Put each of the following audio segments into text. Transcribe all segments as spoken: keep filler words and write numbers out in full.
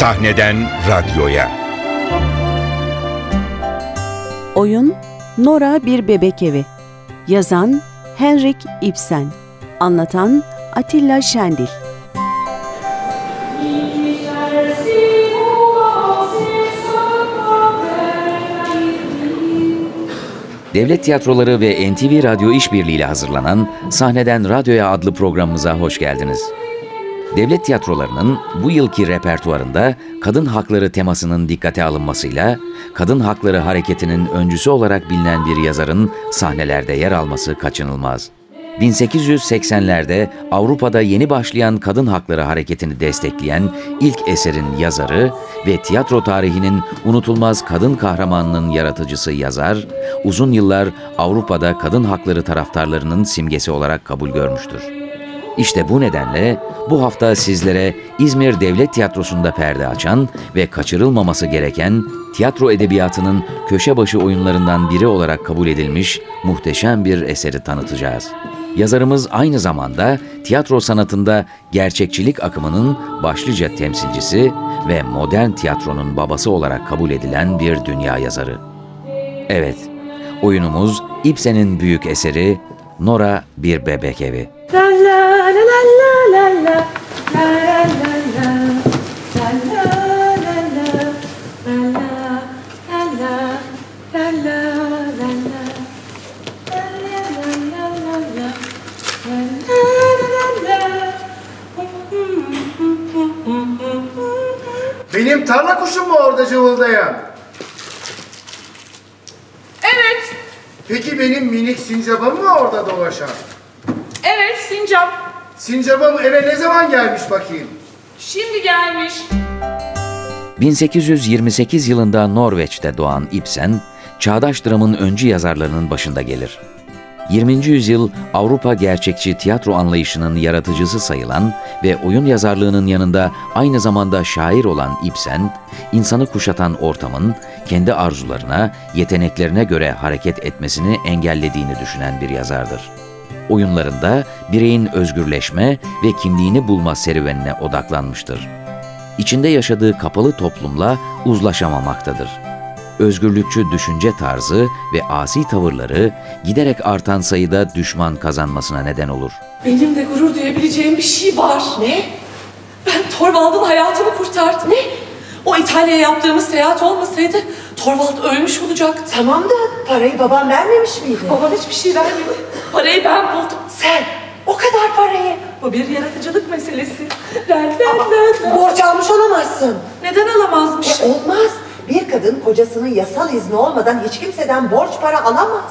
Sahneden radyoya. Oyun Nora Bir Bebek Evi. Yazan Henrik Ibsen. Anlatan Atilla Şendil. Devlet Tiyatroları ve N T V Radyo işbirliğiyle hazırlanan Sahneden Radyoya adlı programımıza hoş geldiniz. Devlet tiyatrolarının bu yılki repertuarında kadın hakları temasının dikkate alınmasıyla kadın hakları hareketinin öncüsü olarak bilinen bir yazarın sahnelerde yer alması kaçınılmaz. bin sekiz yüz seksenlerde Avrupa'da yeni başlayan kadın hakları hareketini destekleyen ilk eserin yazarı ve tiyatro tarihinin unutulmaz kadın kahramanının yaratıcısı yazar, uzun yıllar Avrupa'da kadın hakları taraftarlarının simgesi olarak kabul görmüştür. İşte bu nedenle bu hafta sizlere İzmir Devlet Tiyatrosu'nda perde açan ve kaçırılmaması gereken tiyatro edebiyatının köşe başı oyunlarından biri olarak kabul edilmiş muhteşem bir eseri tanıtacağız. Yazarımız aynı zamanda tiyatro sanatında gerçekçilik akımının başlıca temsilcisi ve modern tiyatronun babası olarak kabul edilen bir dünya yazarı. Evet, oyunumuz Ibsen'in büyük eseri Nora Bir Bebek Evi. La la la la la la la la la la la la Benim tarla kuşum mu orada cıvıldayan? Evet. Peki benim minik sincabım mı orada dolaşan? Evet, sincap. Sincabım eve ne zaman gelmiş bakayım? Şimdi gelmiş. bin sekiz yüz yirmi sekiz yılında Norveç'te doğan Ibsen, çağdaş dramın öncü yazarlarının başında gelir. yirminci yüzyıl Avrupa gerçekçi tiyatro anlayışının yaratıcısı sayılan ve oyun yazarlığının yanında aynı zamanda şair olan Ibsen, insanı kuşatan ortamın kendi arzularına, yeteneklerine göre hareket etmesini engellediğini düşünen bir yazardır. Oyunlarında bireyin özgürleşme ve kimliğini bulma serüvenine odaklanmıştır. İçinde yaşadığı kapalı toplumla uzlaşamamaktadır. Özgürlükçü düşünce tarzı ve asi tavırları giderek artan sayıda düşman kazanmasına neden olur. Benim de gurur duyabileceğim bir şey var. Ne? Ben Torvald'ın hayatını kurtardım. Ne? O İtalya'ya yaptığımız seyahat olmasaydı Torvald ölmüş olacaktı. Tamam da parayı babam vermemiş miydi? Babam hiçbir şey vermedi. Parayı ben buldum. Sen o kadar parayı. Bu bir yaratıcılık meselesi. Ben, ben, ben. Borç almış olamazsın. Neden alamazmış? E, olmaz. Bir kadın kocasının yasal izni olmadan hiç kimseden borç para alamaz.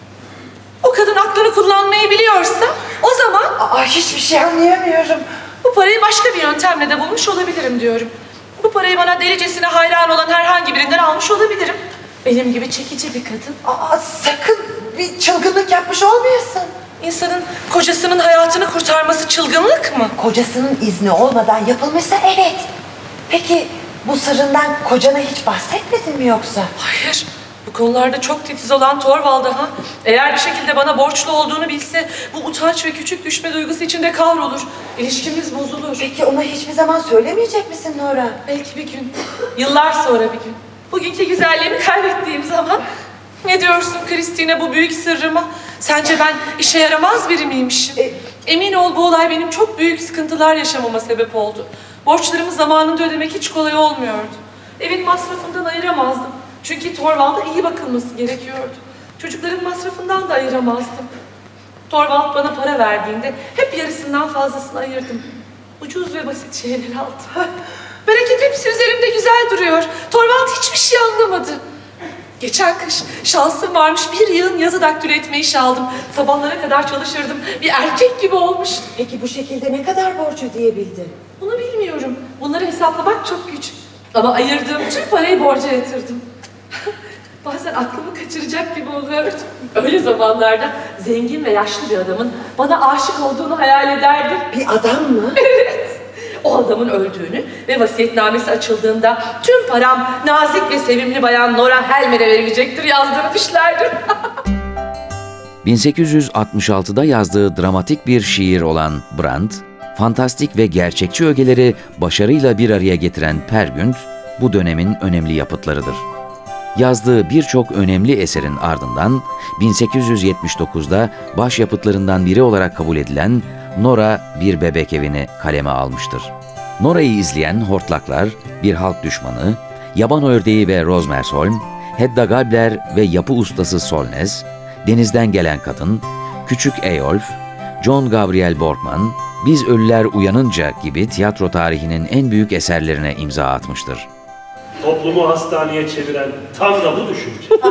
O kadın aklını kullanmayı biliyorsa o zaman... Aa, hiçbir şey anlayamıyorum. Bu parayı başka bir yöntemle de bulmuş olabilirim diyorum. Bu parayı bana delicesine hayran olan herhangi birinden almış olabilirim. Benim gibi çekici bir kadın. Aa, sakın bir çılgınlık yapmış olmayasın. İnsanın kocasının hayatını kurtarması çılgınlık mı? Kocasının izni olmadan yapılmışsa evet. Peki bu sırrından kocana hiç bahsetmedin mi yoksa? Hayır. Bu konularda çok titiz olan Torvald'a ha. Eğer bir şekilde bana borçlu olduğunu bilse bu utanç ve küçük düşme duygusu içinde kahrolur. İlişkimiz bozulur. Peki ona hiçbir zaman söylemeyecek misin Nora? Belki bir gün. Yıllar sonra bir gün. Bugünkü güzelliğimi kaybettiğim zaman. Ne diyorsun Christine bu büyük sırrıma? Sence ben işe yaramaz biri miymişim? E, Emin ol bu olay benim çok büyük sıkıntılar yaşamama sebep oldu. Borçlarımı zamanında ödemek hiç kolay olmuyordu. Evin masrafından ayıramazdım. Çünkü Torvald'a iyi bakılması gerekiyordu. Çocukların masrafından da ayıramazdım. Torvald bana para verdiğinde hep yarısından fazlasını ayırdım. Ucuz ve basit şeyler aldım. Bereket hepsi üzerimde güzel duruyor. Torvald hiçbir şey anlamadı. Geçen kış şansım varmış bir yığın yazı daktilo etme işi aldım. Sabahlara kadar çalışırdım. Bir erkek gibi olmuştum. Peki bu şekilde ne kadar borç ödeyebildin? Bunu bilmiyorum. Bunları hesaplamak çok güç. Ama ayırdığım tüm parayı borca yatırdım. Bazen aklımı kaçıracak gibi oluyordum. Öyle zamanlarda zengin ve yaşlı bir adamın bana aşık olduğunu hayal ederdim. Bir adam mı? Evet. O adamın öldüğünü ve vasiyetnamesi açıldığında tüm param nazik ve sevimli bayan Nora Helmer'e verilecektir yazdığını düşlerdim. bin sekiz yüz altmış altıda yazdığı dramatik bir şiir olan Brand, Fantastik ve gerçekçi ögeleri başarıyla bir araya getiren Peer Gynt, bu dönemin önemli yapıtlarıdır. Yazdığı birçok önemli eserin ardından bin sekiz yüz yetmiş dokuzda başyapıtlarından biri olarak kabul edilen Nora Bir Bebek Evi'ni kaleme almıştır. Nora'yı izleyen Hortlaklar, Bir Halk Düşmanı, Yaban Ördeği ve Rosmersholm, Hedda Gabler ve yapı ustası Solnez, Denizden Gelen Kadın, Küçük Eyolf, John Gabriel Borkman, Biz Ölüler Uyanınca gibi tiyatro tarihinin en büyük eserlerine imza atmıştır. Toplumu hastaneye çeviren tam da bu düşünce.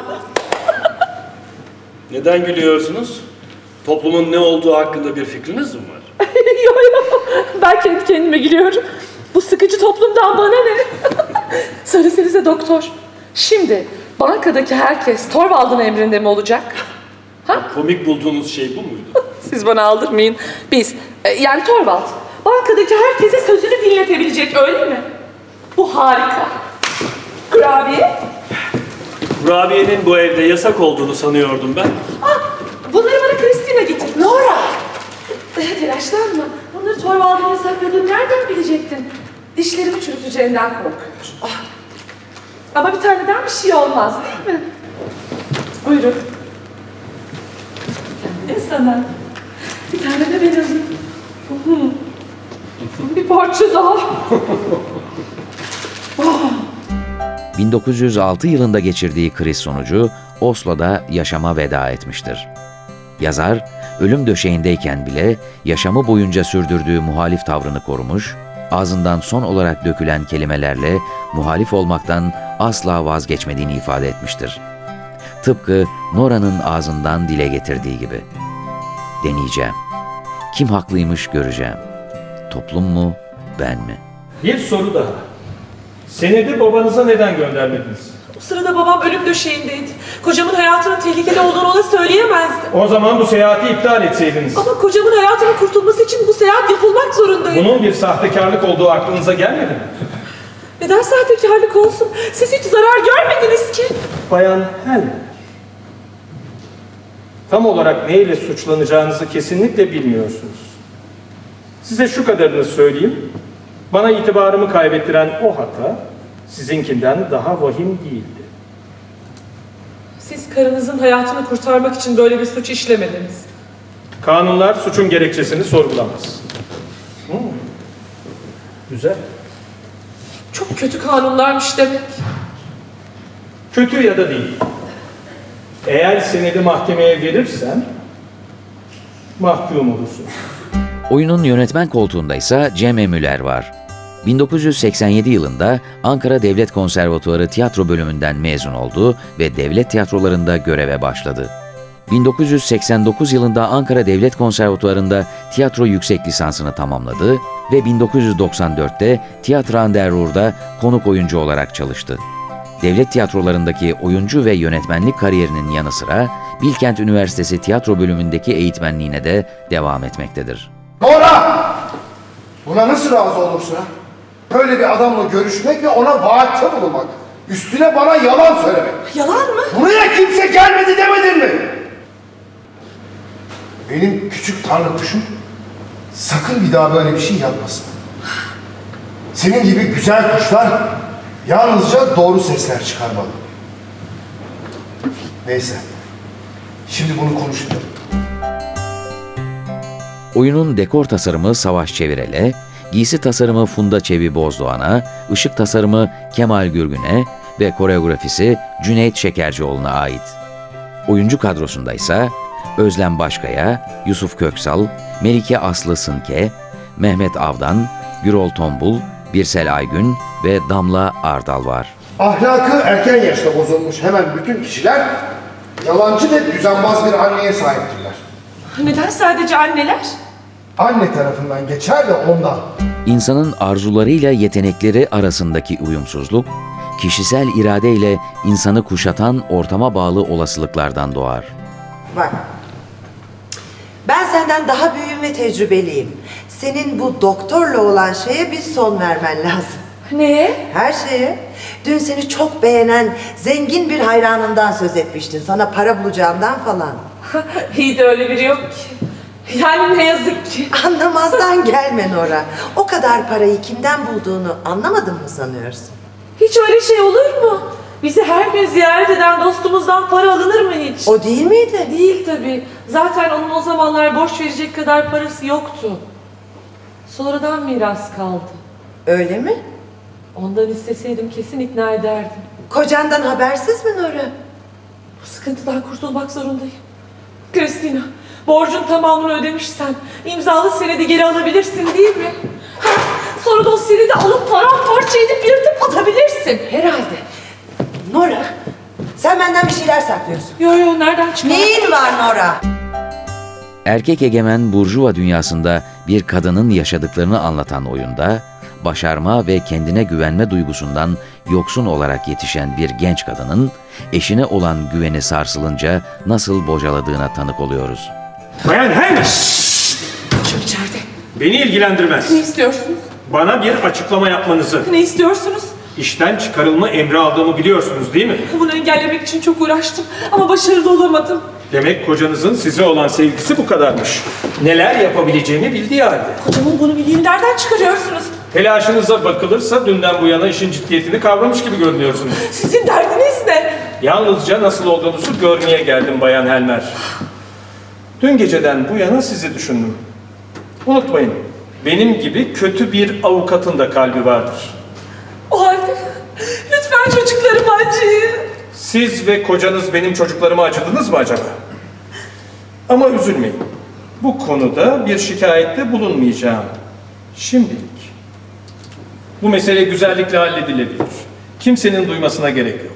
Neden gülüyorsunuz? Toplumun ne olduğu hakkında bir fikriniz mi var? Yok yok, ben kendi kendime gülüyorum. Bu sıkıcı toplumdan bana ne? Söylesenize doktor. Şimdi bankadaki herkes Torvald'ın emrinde mi olacak? Ha? Komik bulduğunuz şey bu muydu? Siz bana aldırmayın. Biz, e, yani Torvald, bankadaki herkese sözünü dinletebilecek, öyle mi? Bu harika. Kurabiye? Kurabiyenin bu evde yasak olduğunu sanıyordum ben. Ah, bunları bana Kristina getir. Nora! E, telaşlanma. Bunları Torvald'ın yasakladığını nereden bilecektin? Dişlerimi çürüteceğinden korkuyor. Ah. Ama bir taneden bir şey olmaz, değil mi? Buyurun. Bir tane de sana. Bir tane de ben alayım. Bir parça daha. bin dokuz yüz altı yılında geçirdiği kriz sonucu Oslo'da yaşama veda etmiştir. Yazar, ölüm döşeğindeyken bile yaşamı boyunca sürdürdüğü muhalif tavrını korumuş, ağzından son olarak dökülen kelimelerle muhalif olmaktan asla vazgeçmediğini ifade etmiştir. Tıpkı Nora'nın ağzından dile getirdiği gibi. Deneyeceğim. Kim haklıymış göreceğim. Toplum mu, ben mi? Bir soru daha. Senedi babanıza neden göndermediniz? O sırada babam ölüm döşeğindeydi. Kocamın hayatının tehlikeli olduğunu ona söyleyemezdi. O zaman bu seyahati iptal etseydiniz. Ama kocamın hayatının kurtulması için bu seyahat yapılmak zorundaydı. Bunun bir sahtekarlık olduğu aklınıza gelmedi mi? Neden sahtekarlık olsun? Siz hiç zarar görmediniz ki. Bayan Hel. Tam olarak neyle suçlanacağınızı kesinlikle bilmiyorsunuz. Size şu kadarını söyleyeyim. Bana itibarımı kaybettiren o hata sizinkinden daha vahim değildi. Siz karınızın hayatını kurtarmak için böyle bir suç işlemediniz. Kanunlar suçun gerekçesini sorgulamaz. Hmm. Güzel. Çok kötü kanunlarmış demek. Kötü ya da değil. Eğer senedi mahkemeye verirsen mahkum olursun. Oyunun yönetmen koltuğunda ise Cem Müller var. bin dokuz yüz seksen yedi yılında Ankara Devlet Konservatuarı tiyatro bölümünden mezun oldu ve devlet tiyatrolarında göreve başladı. bin dokuz yüz seksen dokuz yılında Ankara Devlet Konservatuarı'nda tiyatro yüksek lisansını tamamladı ve bin dokuz yüz doksan dörtte Tiyatro an der Ruhr'da konuk oyuncu olarak çalıştı. Devlet tiyatrolarındaki oyuncu ve yönetmenlik kariyerinin yanı sıra Bilkent Üniversitesi Tiyatro bölümündeki eğitmenliğine de devam etmektedir. Nora! Buna nasıl razı olursun ha? Böyle bir adamla görüşmek ve ona vaatte bulunmak. Üstüne bana yalan söylemek. Yalan mı? Buraya kimse gelmedi demedin mi? Benim küçük tanrı kuşum sakın bir daha böyle bir şey yapmasın. Senin gibi güzel kuşlar yalnızca doğru sesler çıkarmalı. Neyse. Şimdi bunu konuşmayalım. Oyunun dekor tasarımı Savaş Çevirel'e, giysi tasarımı Funda Çevi Bozdoğan'a, ışık tasarımı Kemal Gürgün'e ve koreografisi Cüneyt Şekercioğlu'na ait. Oyuncu kadrosunda ise Özlem Başkaya, Yusuf Köksal, Melike Aslı Sınke, Mehmet Avdan, Gürol Tombul, Birsel Aygün ve Damla Ardal var. Ahlakı erken yaşta bozulmuş hemen bütün kişiler yalancı ve düzenbaz bir anneye sahiptirler. Neden sadece anneler? Anne tarafından geçer de ondan. İnsanın arzularıyla yetenekleri arasındaki uyumsuzluk, kişisel iradeyle insanı kuşatan ortama bağlı olasılıklardan doğar. Bak, ben senden daha büyüğüm ve tecrübeliyim. Senin bu doktorla olan şeye bir son vermen lazım. Neye? Her şeye. Dün seni çok beğenen zengin bir hayranından söz etmiştin. Sana para bulacağından falan. İyi de öyle biri yok ki. Yani ne yazık ki. Anlamazdan gelme Nora. O kadar parayı kimden bulduğunu anlamadın mı sanıyorsun? Hiç öyle şey olur mu? Bizi her gün ziyaret eden dostumuzdan para alınır mı hiç? O değil miydi? Değil tabii. Zaten onun o zamanlar borç verecek kadar parası yoktu. Sonradan miras kaldı. Öyle mi? Ondan isteseydim kesin ikna ederdim. Kocandan habersiz mi Nora? Bu sıkıntıdan kurtulmak zorundayım. Christina, borcun tamamını ödemişsen imzalı senedi geri alabilirsin değil mi? Ha, sonra da o senedi alıp paramparça edip yırtıp atabilirsin. Herhalde. Nora, sen benden bir şeyler saklıyorsun. Yo yo, nereden çıkar? Neyin var Nora? Erkek egemen burjuva dünyasında bir kadının yaşadıklarını anlatan oyunda, başarma ve kendine güvenme duygusundan yoksun olarak yetişen bir genç kadının, eşine olan güveni sarsılınca nasıl bocaladığına tanık oluyoruz. Bayan Helmer! Kim içeride? Beni ilgilendirmez. Ne istiyorsunuz? Bana bir açıklama yapmanızı. Ne istiyorsunuz? İşten çıkarılma emri aldığımı biliyorsunuz değil mi? Bunu engellemek için çok uğraştım ama başarılı olamadım. Demek kocanızın size olan sevgisi bu kadarmış. Neler yapabileceğini bildiği halde. Kocamın bunu bildiğini nereden çıkarıyorsunuz? Telaşınıza bakılırsa dünden bu yana işin ciddiyetini kavramış gibi görünüyorsunuz. Sizin derdiniz ne? Yalnızca nasıl olduğunuzu görmeye geldim Bayan Helmer. Dün geceden bu yana sizi düşündüm. Unutmayın, benim gibi kötü bir avukatın da kalbi vardır. O halde lütfen çocuklarımı acıyın. Siz ve kocanız benim çocuklarıma acıdınız mı acaba? Ama üzülmeyin. Bu konuda bir şikayette bulunmayacağım. Şimdilik. Bu mesele güzellikle halledilebilir. Kimsenin duymasına gerek yok.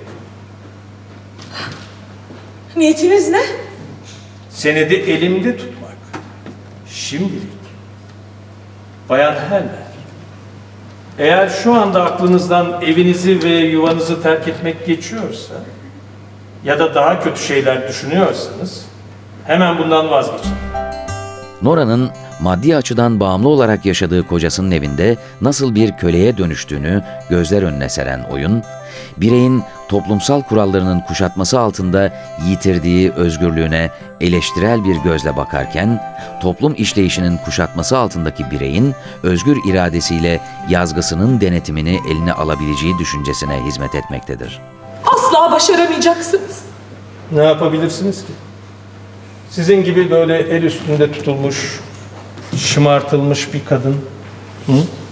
Niyetiniz ne? Senedi elimde tutmak. Şimdilik. Bayan Helmer, eğer şu anda aklınızdan evinizi ve yuvanızı terk etmek geçiyorsa ya da daha kötü şeyler düşünüyorsanız hemen bundan vazgeçin. Nora'nın maddi açıdan bağımlı olarak yaşadığı kocasının evinde nasıl bir köleye dönüştüğünü gözler önüne seren oyun, bireyin toplumsal kurallarının kuşatması altında yitirdiği özgürlüğüne eleştirel bir gözle bakarken, toplum işleyişinin kuşatması altındaki bireyin özgür iradesiyle yazgısının denetimini eline alabileceği düşüncesine hizmet etmektedir. Asla başaramayacaksınız. Ne yapabilirsiniz ki? Sizin gibi böyle el üstünde tutulmuş, şımartılmış bir kadın. Hı?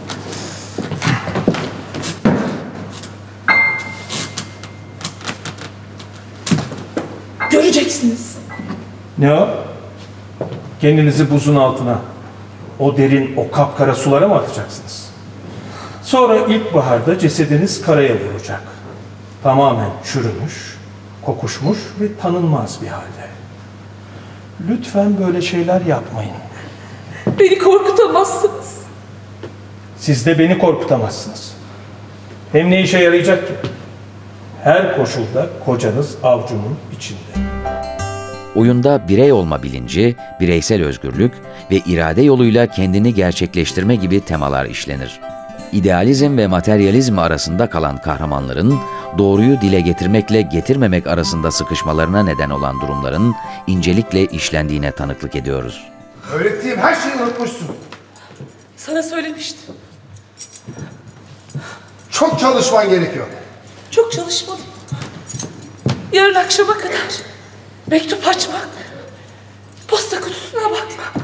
Göreceksiniz. Ne o? Kendinizi buzun altına, o derin, o kapkara sulara mı atacaksınız? Sonra ilkbaharda cesediniz karaya vuracak. Tamamen çürümüş, kokuşmuş ve tanınmaz bir halde. Lütfen böyle şeyler yapmayın. Beni korkutamazsınız. Siz de beni korkutamazsınız. Hem ne işe yarayacak ki? Her koşulda kocanız avcumun içinde. Oyunda birey olma bilinci, bireysel özgürlük ve irade yoluyla kendini gerçekleştirme gibi temalar işlenir. İdealizm ve materyalizm arasında kalan kahramanların, doğruyu dile getirmekle getirmemek arasında sıkışmalarına neden olan durumların incelikle işlendiğine tanıklık ediyoruz. Öğrettiğim her şeyi unutmuşsun. Sana söylemiştim. Çok çalışman gerekiyor. Çok çalışmalıyım. Yarın akşama kadar mektup açmak, posta kutusuna bakmak.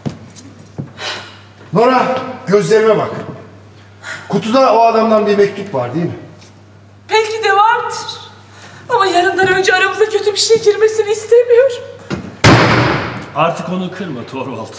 Nora, gözlerime bak. Kutuda o adamdan bir mektup var değil mi? Belki de vardır. Ama yarından önce aramıza kötü bir şey girmesini istemiyorum. Artık onu kırma Torvald.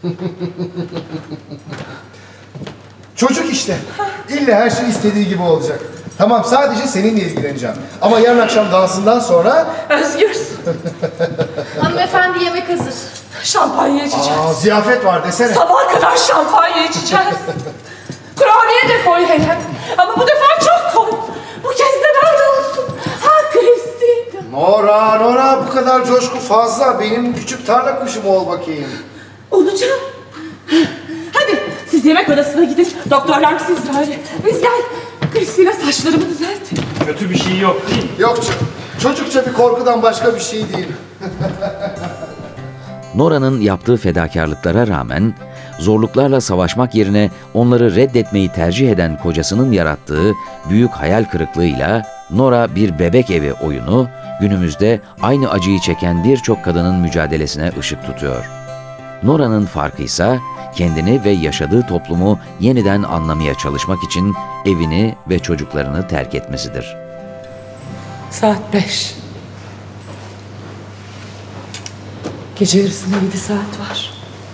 Çocuk işte. İlle her şey istediği gibi olacak. Tamam, sadece seninle ilgileneceğim. Ama yarın akşam dansından sonra... Özgür, Hanımefendi yemek hazır. şampanya içeceğiz. Aa, ziyafet var desene. Sabaha kadar şampanya içeceğiz. Kurabiye de koy hele. Ama bu defa çok koy. Bu kez de nerede olsun? Ha Christine. Nora, Nora bu kadar coşku fazla. Benim küçük tarla kuşum ol bakayım. Olacağım. Hadi siz yemek odasına gidin. Doktorlar siz öyle. Biz gel. Christine saçlarımı düzelt. Kötü bir şey yok değil mi? Yok canım. Çocukça bir korkudan başka bir şey değil. Nora'nın yaptığı fedakarlıklara rağmen zorluklarla savaşmak yerine onları reddetmeyi tercih eden kocasının yarattığı büyük hayal kırıklığıyla Nora Bir Bebek Evi oyunu günümüzde aynı acıyı çeken birçok kadının mücadelesine ışık tutuyor. Nora'nın farkı ise kendini ve yaşadığı toplumu yeniden anlamaya çalışmak için evini ve çocuklarını terk etmesidir. Saat beş. Gece yarısında yedi saat var.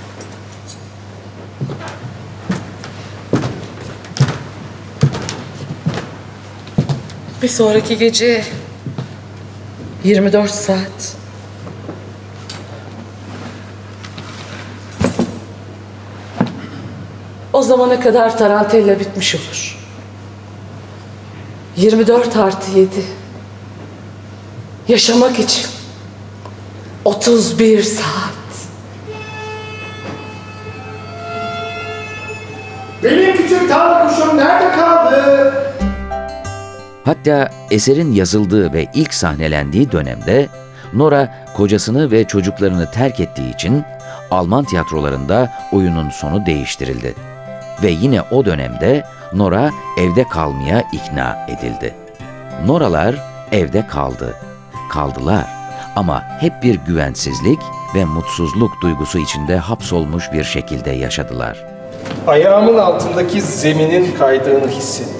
Bir sonraki gece yirmi dört saat. O zamana kadar Tarantella bitmiş olur. yirmi dört artı yedi. Yaşamak için otuz bir saat. Benim küçük tarla kuşum nerede kaldı? Hatta eserin yazıldığı ve ilk sahnelendiği dönemde Nora kocasını ve çocuklarını terk ettiği için Alman tiyatrolarında oyunun sonu değiştirildi. Ve yine o dönemde Nora evde kalmaya ikna edildi. Noralar evde kaldı. Kaldılar ama hep bir güvensizlik ve mutsuzluk duygusu içinde hapsolmuş bir şekilde yaşadılar. Ayağımın altındaki zeminin kaydığını hissettim.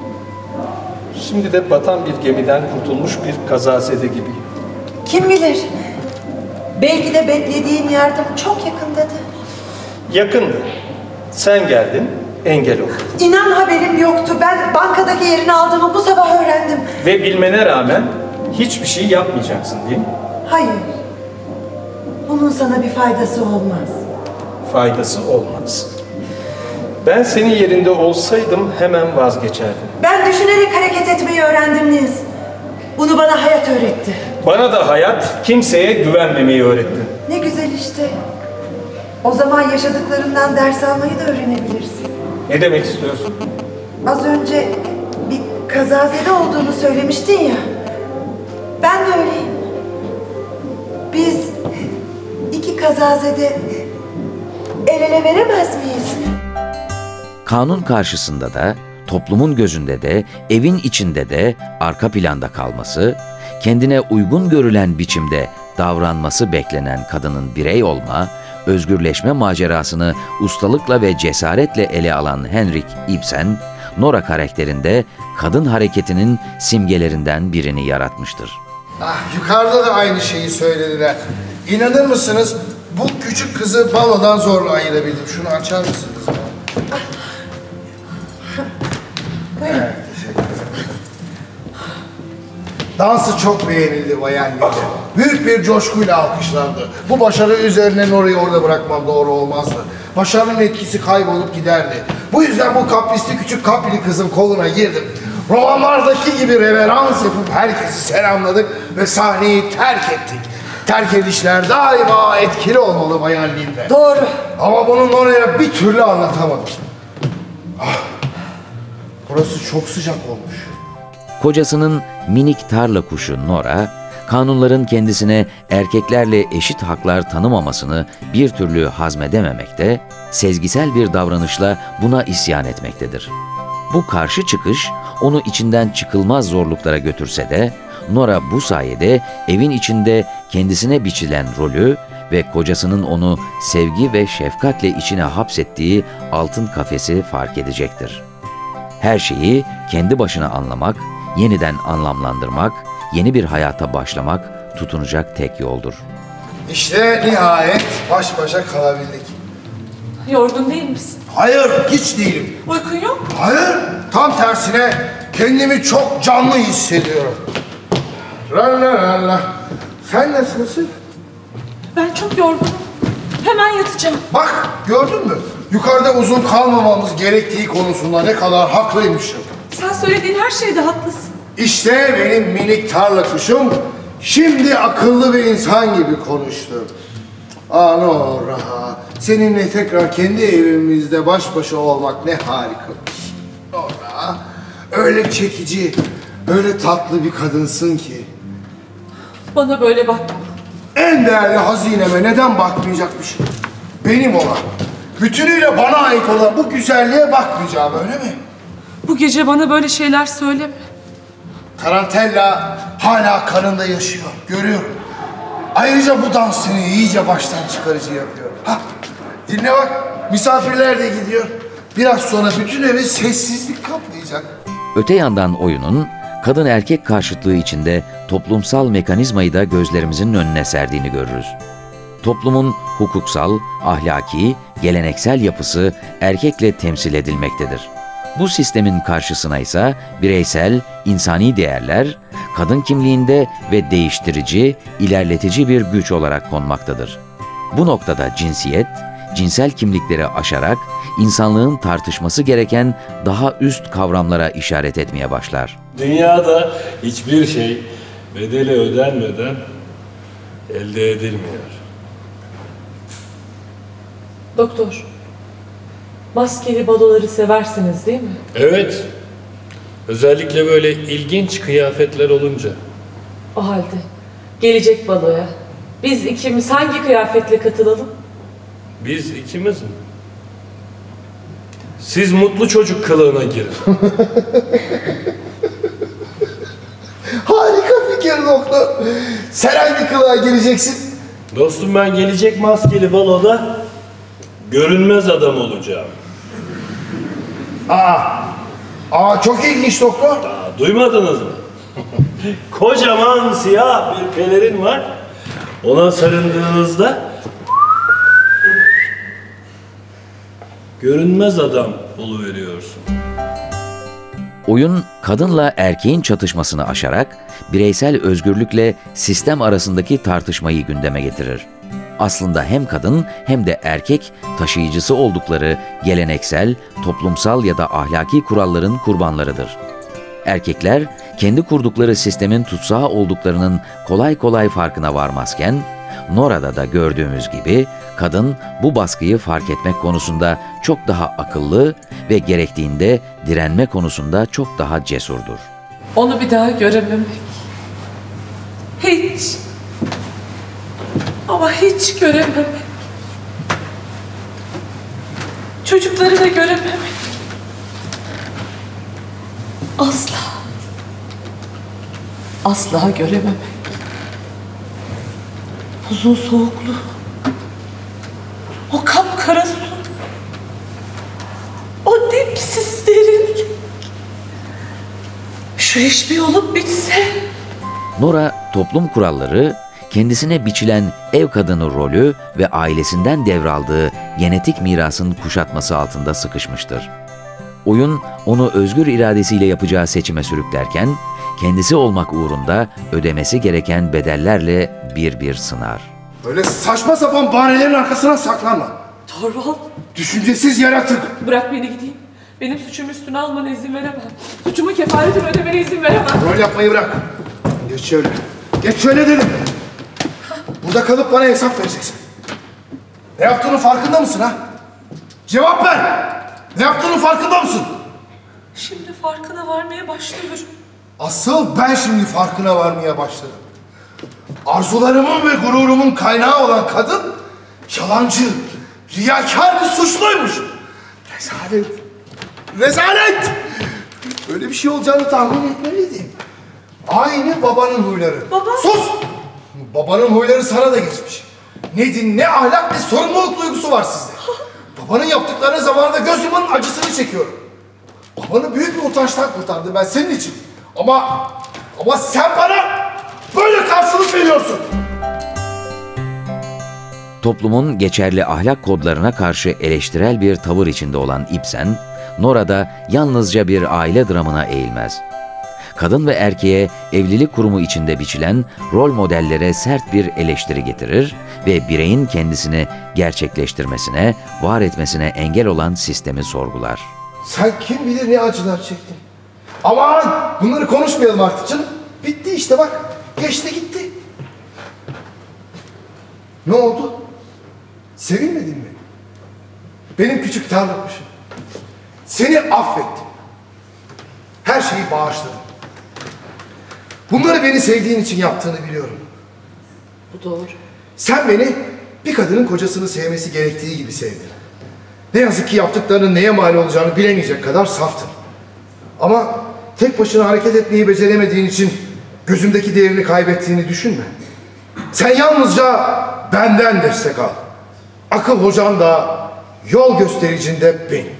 Şimdi de batan bir gemiden kurtulmuş bir kazazede gibiyim. Kim bilir? Belki de beklediğin yardım çok yakındadır. Yakındı. Sen geldin, engel oldun. İnan haberim yoktu. Ben bankadaki yerini aldığımı bu sabah öğrendim. Ve bilmene rağmen hiçbir şey yapmayacaksın değil mi? Hayır. Bunun sana bir faydası olmaz. Faydası olmaz. Ben senin yerinde olsaydım hemen vazgeçerdim. Ben düşünerek hareket etmeyi öğrendim Nils. Bunu bana hayat öğretti. Bana da hayat kimseye güvenmemeyi öğretti. Ne güzel işte. O zaman yaşadıklarından ders almayı da öğrenebilirsin. Ne demek istiyorsun? Az önce bir kazazede olduğunu söylemiştin ya. Ben de öyleyim. Biz iki kazazede el ele veremez miyiz? Kanun karşısında da, toplumun gözünde de, evin içinde de arka planda kalması, kendine uygun görülen biçimde davranması beklenen kadının birey olma, özgürleşme macerasını ustalıkla ve cesaretle ele alan Henrik Ibsen, Nora karakterinde kadın hareketinin simgelerinden birini yaratmıştır. Ah, yukarıda da aynı şeyi söylediler. İnanır mısınız? Bu küçük kızı balodan zorla ayırabildim. Şunu açar mısınız? Evet, teşekkür ederim. Dansı çok beğenildi Bayan Linde. Büyük bir coşkuyla alkışlandı. Bu başarı üzerine Nora'yı orada bırakmam doğru olmazdı. Başarının etkisi kaybolup giderdi. Bu yüzden bu kaprisli küçük kapri kızın koluna girdim. Romanlardaki gibi reverans yapıp herkesi selamladık ve sahneyi terk ettik. Terk edişler daima etkili olmalı Bayan Linde. Doğru. Ama bunu Nora'ya bir türlü anlatamadım. Ah, burası çok sıcak olmuş. Kocasının minik tarla kuşu Nora, kanunların kendisine erkeklerle eşit haklar tanımamasını bir türlü hazmedememekte, sezgisel bir davranışla buna isyan etmektedir. Bu karşı çıkış onu içinden çıkılmaz zorluklara götürse de, Nora bu sayede evin içinde kendisine biçilen rolü ve kocasının onu sevgi ve şefkatle içine hapsettiği altın kafesi fark edecektir. Her şeyi kendi başına anlamak, yeniden anlamlandırmak, yeni bir hayata başlamak tutunacak tek yoldur. İşte nihayet baş başa kalabildik. Yorgun değil misin? Hayır, hiç değilim. Uykun yok mu? Hayır, tam tersine kendimi çok canlı hissediyorum. La la la la. Sen nasılsın? Ben çok yorgunum. Hemen yatacağım. Bak, gördün mü? Yukarıda uzun kalmamamız gerektiği konusunda ne kadar haklıymışım. Sen söylediğin her şeyde haklısın. İşte benim minik tarla kuşum şimdi akıllı bir insan gibi konuştu. Aa Nora, seninle tekrar kendi evimizde baş başa olmak ne harikamış. Nora, öyle çekici, öyle tatlı bir kadınsın ki. Bana böyle bakma. en değerli hazineme neden bakmayacakmışım? Benim olan, bütünüyle bana ait olan bu güzelliğe bakmayacağım, öyle mi? Bu gece bana böyle şeyler söyleme. Tarantella hala kanında yaşıyor, görüyorum. Ayrıca bu dans seni iyice baştan çıkarıcı yapıyor. Ha, dinle bak, misafirler de gidiyor. Biraz sonra bütün evi sessizlik kaplayacak. Öte yandan oyunun kadın erkek karşıtlığı içinde toplumsal mekanizmayı da gözlerimizin önüne serdiğini görürüz. Toplumun hukuksal, ahlaki, geleneksel yapısı erkekle temsil edilmektedir. Bu sistemin karşısına ise bireysel, insani değerler, kadın kimliğinde ve değiştirici, ilerletici bir güç olarak konmaktadır. Bu noktada cinsiyet, cinsel kimlikleri aşarak insanlığın tartışması gereken daha üst kavramlara işaret etmeye başlar. Dünyada hiçbir şey bedeli ödenmeden elde edilmiyor. Doktor, maskeli baloları seversiniz değil mi? Evet. Özellikle böyle ilginç kıyafetler olunca. O halde gelecek baloya biz ikimiz hangi kıyafetle katılalım? Biz ikimiz mi? Siz mutlu çocuk kılığına girin. Harika fikir doktor. Sen hangi kılığa gireceksin? Dostum, ben gelecek maskeli baloda görünmez adam olacağım. Aa, aa çok ilginç doktor. Aa, duymadınız mı? Kocaman siyah bir pelerin var. Ona sarındığınızda görünmez adam oluveriyorsun. Oyun, kadınla erkeğin çatışmasını aşarak bireysel özgürlükle sistem arasındaki tartışmayı gündeme getirir. Aslında hem kadın hem de erkek taşıyıcısı oldukları geleneksel, toplumsal ya da ahlaki kuralların kurbanlarıdır. Erkekler kendi kurdukları sistemin tutsağı olduklarının kolay kolay farkına varmazken, Nora'da da gördüğümüz gibi kadın bu baskıyı fark etmek konusunda çok daha akıllı ve gerektiğinde direnme konusunda çok daha cesurdur. Onu bir daha görememek. Hiç. Ama hiç görememek. Çocukları da görememek. Asla. Asla görememek. Buzun soğukluğu. O kapkara su. O dipsiz derinlik. Şu iş bir olup bitse. Nora, toplum kuralları, kendisine biçilen ev kadını rolü ve ailesinden devraldığı genetik mirasın kuşatması altında sıkışmıştır. Oyun, onu özgür iradesiyle yapacağı seçime sürüklerken, kendisi olmak uğrunda ödemesi gereken bedellerle bir bir sınar. Böyle saçma sapan bahanelerin arkasına saklanma. Torvald, Düşüncesiz yaratık. bırak beni gideyim. Benim suçumu üstüne almana izin veremem. Suçumun kefaretini ödemene izin veremem. Rol yapmayı bırak. Geç şöyle. Geç şöyle dedim. Burada kalıp bana hesap vereceksin. Ne yaptığının farkında mısın ha? Cevap ver. Ne yaptığının farkında mısın? Şimdi farkına varmaya başlıyorum. Asıl ben şimdi farkına varmaya başladım. Arzularımın ve gururumun kaynağı olan kadın yalancı, riyakar bir suçluymuş. Rezalet. Rezalet! Böyle bir şey olacağını tahmin etmeliydim. Aynı babanın huyları. Baba? Sus! Babanın huyları sana da geçmiş. Ne din, ne ahlak, ne sorumluluk duygusu var sizde. Babanın yaptıklarına zamanında göz yumanın acısını çekiyorum. Babanı büyük bir utançtan kurtardım ben senin için. Ama, ama sen bana böyle karşılık veriyorsun. Toplumun geçerli ahlak kodlarına karşı eleştirel bir tavır içinde olan Ibsen, Nora'da yalnızca bir aile dramına eğilmez. Kadın ve erkeğe evlilik kurumu içinde biçilen rol modellere sert bir eleştiri getirir ve bireyin kendisini gerçekleştirmesine, var etmesine engel olan sistemi sorgular. Sen kim bilir ne acılar çektin. Aman bunları konuşmayalım artık canım. Bitti işte bak. Geçti gitti. Ne oldu? Sevinmedin mi? Benim küçük tanrımışım. Seni affettim. Her şeyi bağışladım. Bunları beni sevdiğin için yaptığını biliyorum. Bu doğru. Sen beni bir kadının kocasını sevmesi gerektiği gibi sevdin. Ne yazık ki yaptıklarının neye mal olacağını bilemeyecek kadar saftın. Ama tek başına hareket etmeyi beceremediğin için gözümdeki değerini kaybettiğini düşünme. Sen yalnızca benden destek al. Akıl hocan da, yol göstericin de benim.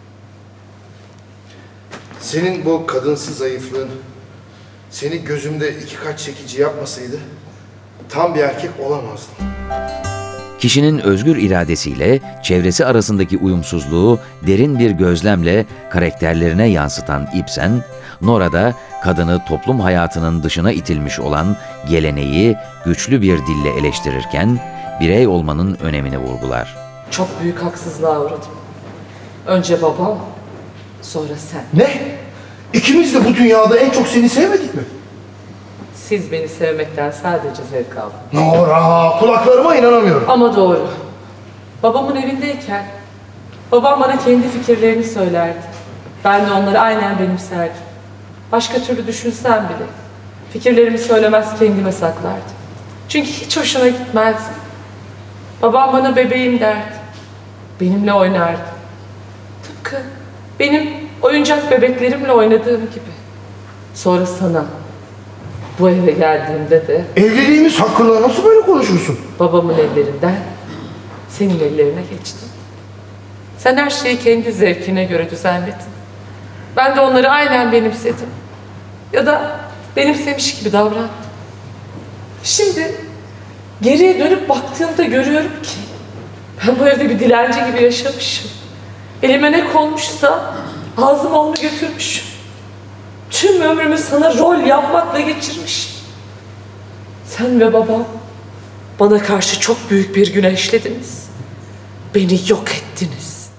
Senin bu kadınsız zayıflığın seni gözümde iki kat çekici yapmasaydı tam bir erkek olamazdın. Kişinin özgür iradesiyle çevresi arasındaki uyumsuzluğu derin bir gözlemle karakterlerine yansıtan Ibsen, Nora'da kadını toplum hayatının dışına itilmiş olan geleneği güçlü bir dille eleştirirken birey olmanın önemini vurgular. Çok büyük haksızlığa uğradım. Önce babam, sonra sen. Ne? İkimiz de bu dünyada en çok seni sevmedik mi? Siz beni sevmekten sadece zevk aldınız. Nora, kulaklarıma inanamıyorum. Ama doğru. Babamın evindeyken babam bana kendi fikirlerini söylerdi. Ben de onları aynen benimserdim. Başka türlü düşünsem bile fikirlerimi söylemez kendime saklardım. Çünkü hiç hoşuna gitmezdi. Babam bana bebeğim derdi. Benimle oynardı. Tıpkı benim oyuncak bebeklerimle oynadığım gibi. Sonra sana bu eve geldiğimde de Evliliğimiz hakkında nasıl böyle konuşuyorsun? babamın ellerinden senin ellerine geçtim. Sen her şeyi kendi zevkine göre düzenledin. Ben de onları aynen benimsedim. Ya da benimsemiş gibi davrandım. Şimdi geriye dönüp baktığımda görüyorum ki ben bu evde bir dilenci gibi yaşamışım. Elime ne konmuşsa ağzıma onu götürmüşüm. Tüm ömrümü sana rol yapmakla geçirmişim. Sen ve babam bana karşı çok büyük bir günah işlediniz. Beni yok ettiniz.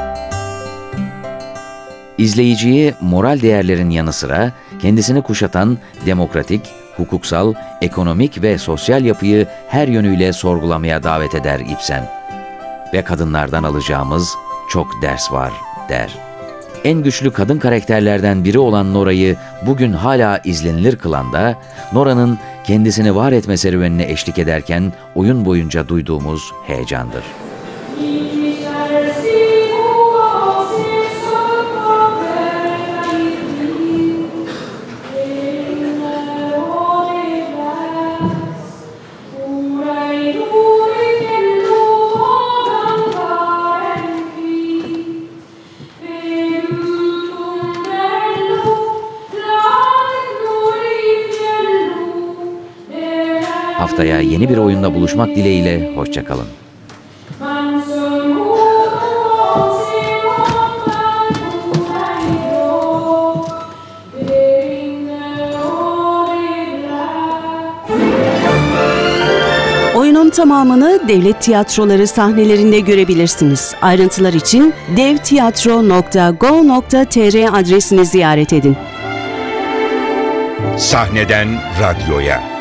İzleyiciyi moral değerlerin yanı sıra kendisini kuşatan demokratik, hukuksal, ekonomik ve sosyal yapıyı her yönüyle sorgulamaya davet eder Ibsen. Ve kadınlardan alacağımız çok ders var der. En güçlü kadın karakterlerden biri olan Nora'yı bugün hala izlenilir kılan da Nora'nın kendisini var etme serüvenine eşlik ederken oyun boyunca duyduğumuz heyecandır. Haftaya yeni bir oyunda buluşmak dileğiyle, hoşça kalın. Oyunun tamamını Devlet Tiyatroları sahnelerinde görebilirsiniz. Ayrıntılar için devtiyatro nokta gov nokta tr adresini ziyaret edin. Sahneden radyoya.